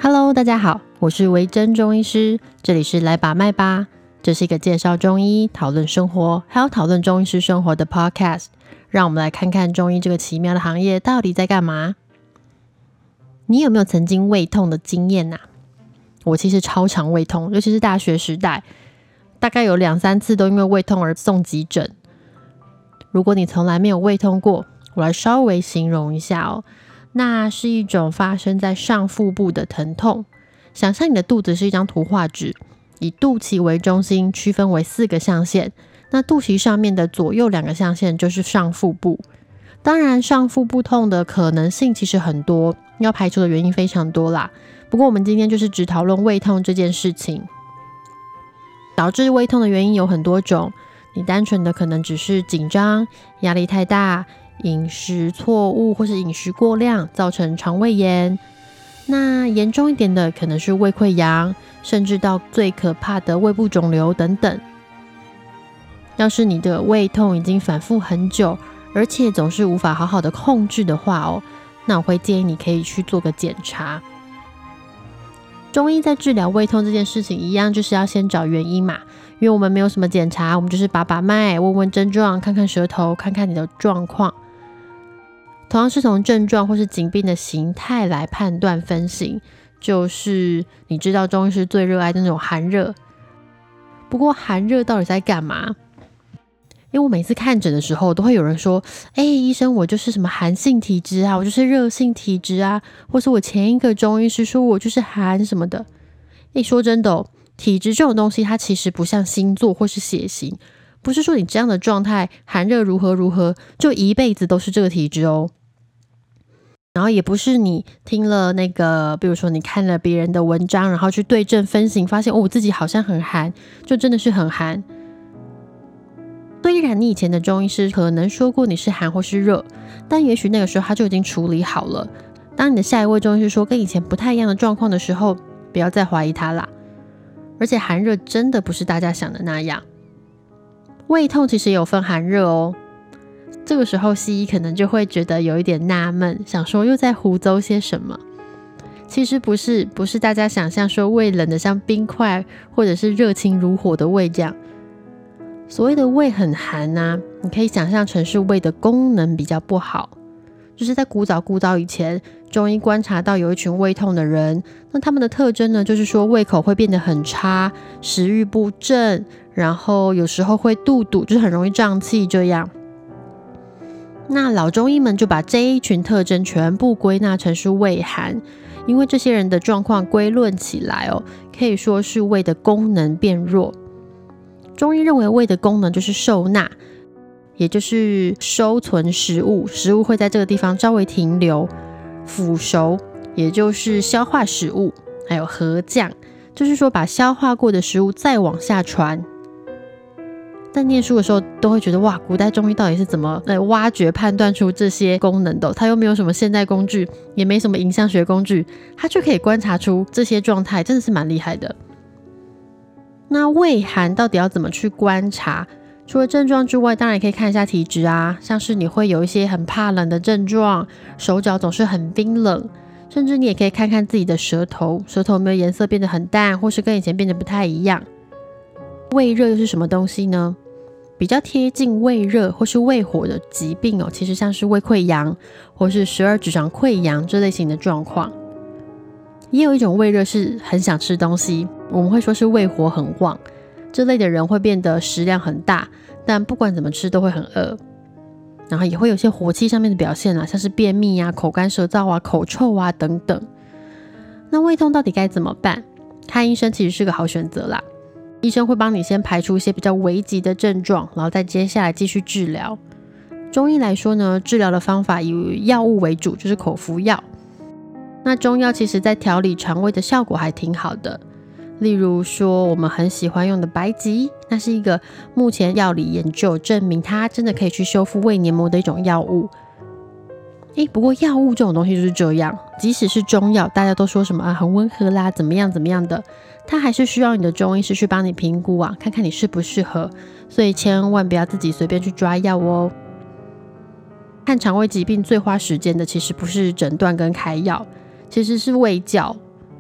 Hello， 大家好，我是维珍中医师，这里是来把脉吧，这是一个介绍中医、讨论生活，还有讨论中医师生活的 podcast。让我们来看看中医这个奇妙的行业到底在干嘛。你有没有曾经胃痛的经验啊？我其实超常胃痛，尤其是大学时代，大概有2-3次都因为胃痛而送急诊。如果你从来没有胃痛过，我来稍微形容一下哦。那是一种发生在上腹部的疼痛。想象你的肚子是一张图画纸，以肚脐为中心区分为4个象限，那肚脐上面的左右2个象限就是上腹部。当然上腹部痛的可能性其实很多，要排除的原因非常多啦。不过我们今天就是只讨论胃痛这件事情。导致胃痛的原因有很多种，你单纯的可能只是紧张、压力太大、饮食错误或是饮食过量造成肠胃炎，那严重一点的可能是胃溃疡，甚至到最可怕的胃部肿瘤等等。要是你的胃痛已经反复很久，而且总是无法好好的控制的话哦，那我会建议你可以去做个检查。中医在治疗胃痛这件事情一样，就是要先找原因嘛，因为我们没有什么检查，我们就是把脉，问问症状，看看舌头，看看你的状况。同样是从症状或是疾病的形态来判断分型，就是你知道中医师最热爱的那种寒热。不过寒热到底在干嘛？因为我每次看诊的时候都会有人说，医生我就是什么寒性体质啊，我就是热性体质啊，或是我前一个中医师说我就是寒什么的。说真的体质这种东西它其实不像星座或是血型，不是说你这样的状态寒热如何如何就一辈子都是这个体质哦。然后也不是你听了比如说你看了别人的文章，然后去对症分型，发现我自己好像很寒，就真的是很寒。虽然你以前的中医师可能说过你是寒或是热，但也许那个时候他就已经处理好了。当你的下一位中医师说跟以前不太一样的状况的时候，不要再怀疑他啦。而且寒热真的不是大家想的那样，胃痛其实也有分寒热哦。这个时候西医可能就会觉得有一点纳闷，想说又在胡诌些什么。其实不是大家想象说胃冷的像冰块，或者是热情如火的胃这样。所谓的胃很寒啊，你可以想象成是胃的功能比较不好。就是在古早以前，中医观察到有一群胃痛的人，那他们的特征呢，就是说胃口会变得很差，食欲不振，然后有时候会肚肚，就是很容易胀气这样。那老中医们就把这一群特征全部归纳成是胃寒，因为这些人的状况归论起来可以说是胃的功能变弱。中医认为胃的功能就是受纳，也就是收存食物，食物会在这个地方稍微停留；腐熟，也就是消化食物；还有合降，就是说把消化过的食物再往下传。在念书的时候都会觉得哇，古代中医到底是怎么挖掘判断出这些功能的？他又没有什么现代工具，也没什么影像学工具，他就可以观察出这些状态，真的是蛮厉害的。那胃寒到底要怎么去观察？除了症状之外，当然也可以看一下体质啊，像是你会有一些很怕冷的症状，手脚总是很冰冷，甚至你也可以看看自己的舌头有没有颜色变得很淡，或是跟以前变得不太一样。胃热又是什么东西呢？比较贴近胃热或是胃火的疾病其实像是胃溃疡或是十二指肠溃疡这类型的状况。也有一种胃热是很想吃东西，我们会说是胃火很旺，这类的人会变得食量很大，但不管怎么吃都会很饿。然后也会有些火气上面的表现像是便秘啊、口干舌燥啊、口臭啊等等。那胃痛到底该怎么办？看医生其实是个好选择啦。医生会帮你先排除一些比较危急的症状，然后再接下来继续治疗。中医来说呢，治疗的方法以药物为主，就是口服药。那中药其实在调理肠胃的效果还挺好的，例如说我们很喜欢用的白及，那是一个目前药理研究证明它真的可以去修复胃黏膜的一种药物。不过药物这种东西就是这样，即使是中药，大家都说什么很温和啦，怎么样的，它还是需要你的中医师去帮你评估啊，看看你适不适合，所以千万不要自己随便去抓药哦。看肠胃疾病最花时间的其实不是诊断跟开药，其实是卫教。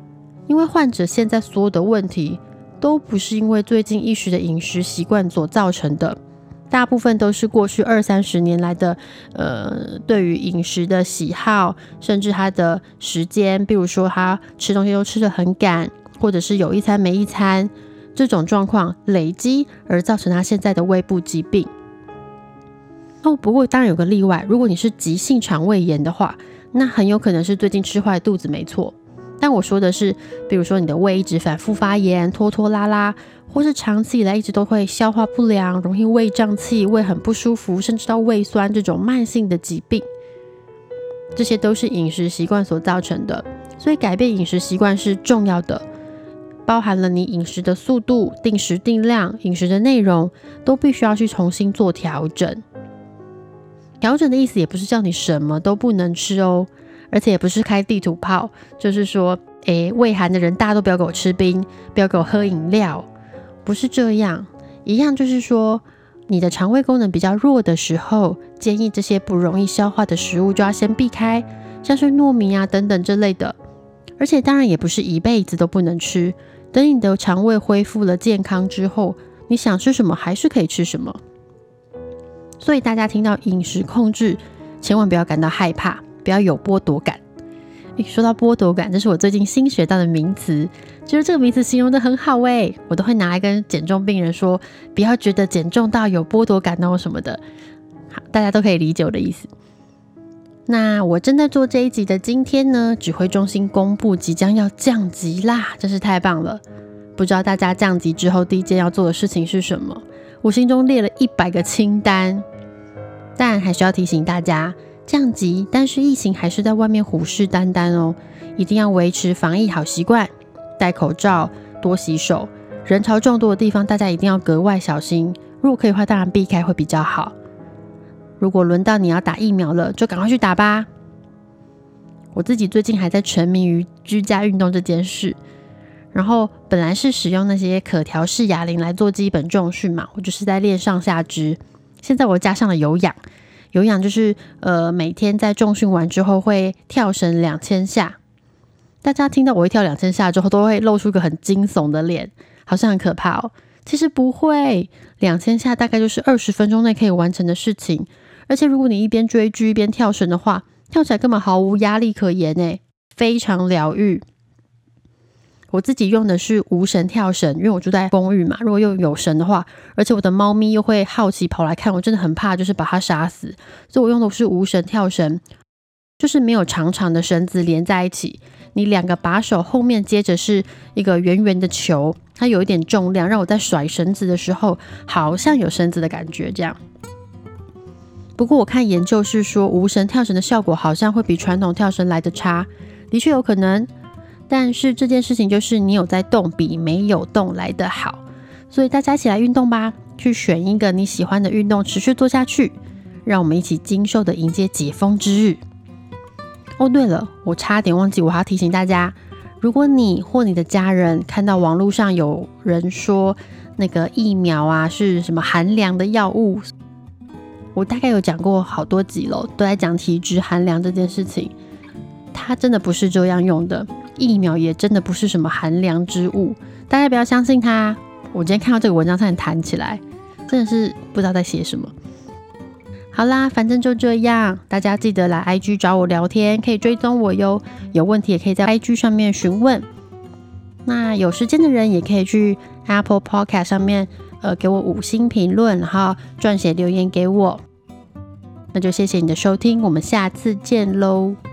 因为患者现在所有的问题都不是因为最近一时的饮食习惯所造成的，大部分都是过去20-30年来的对于饮食的喜好，甚至他的时间，比如说他吃东西都吃得很赶，或者是有一餐没一餐，这种状况累积而造成他现在的胃部疾病。不过当然有个例外，如果你是急性肠胃炎的话，那很有可能是最近吃坏肚子没错，但我说的是比如说你的胃一直反复发炎，拖拖拉拉，或是长期以来一直都会消化不良，容易胃胀气，胃很不舒服，甚至到胃酸，这种慢性的疾病，这些都是饮食习惯所造成的。所以改变饮食习惯是重要的，包含了你饮食的速度、定时定量、饮食的内容都必须要去重新做调整。调整的意思也不是叫你什么都不能吃哦，而且也不是开地图炮，就是说胃寒的人大家都不要给我吃冰，不要给我喝饮料，不是这样。一样就是说你的肠胃功能比较弱的时候，建议这些不容易消化的食物就要先避开，像是糯米啊等等这类的。而且当然也不是一辈子都不能吃，等你的肠胃恢复了健康之后，你想吃什么还是可以吃什么。所以大家听到饮食控制，千万不要感到害怕，不要有剥夺感。说到剥夺感，这是我最近新学到的名词，觉得这个名词形容得很好我都会拿来跟减重病人说，不要觉得减重到有剥夺感什么的。好，大家都可以理解我的意思。那我正在做这一集的今天呢，指挥中心公布即将要降级啦，真是太棒了。不知道大家降级之后第一件要做的事情是什么？我心中列了100个清单，但还是要提醒大家，降级但是疫情还是在外面虎视眈眈哦，一定要维持防疫好习惯，戴口罩，多洗手，人潮众多的地方大家一定要格外小心，如果可以的话当然避开会比较好。如果轮到你要打疫苗了，就赶快去打吧。我自己最近还在沉迷于居家运动这件事，然后本来是使用那些可调式哑铃来做基本重训嘛，我就是在练上下肢。现在我加上了有氧，有氧就是每天在重训完之后会跳绳2000下。大家听到我会跳2000下之后都会露出一个很惊悚的脸，好像很可怕哦。其实不会，2000下大概就是20分钟内可以完成的事情。而且如果你一边追剧一边跳绳的话，跳起来根本毫无压力可言非常疗愈。我自己用的是无绳跳绳，因为我住在公寓嘛，如果又有绳的话，而且我的猫咪又会好奇跑来看，我真的很怕就是把它杀死，所以我用的是无绳跳绳，就是没有长长的绳子连在一起，你2个把手后面接着是一个圆圆的球，它有一点重量，让我在甩绳子的时候好像有绳子的感觉这样。不过我看研究是说无绳跳绳的效果好像会比传统跳绳来得差，的确有可能，但是这件事情就是你有在动比没有动来得好，所以大家一起来运动吧，去选一个你喜欢的运动持续做下去，让我们一起精瘦的迎接解封之日。对了，我差点忘记，我还要提醒大家，如果你或你的家人看到网络上有人说那个疫苗啊是什么寒凉的药物，我大概有讲过好多集了，都在讲体质寒凉这件事情，它真的不是这样用的，疫苗也真的不是什么寒凉之物，大家不要相信它。我今天看到这个文章差点弹起来，真的是不知道在写什么。好啦，反正就这样，大家记得来 IG 找我聊天，可以追踪我哟，有问题也可以在 IG 上面询问。那有时间的人也可以去 Apple Podcast 上面给我5星评论，然后撰写留言给我。那就谢谢你的收听，我们下次见喽。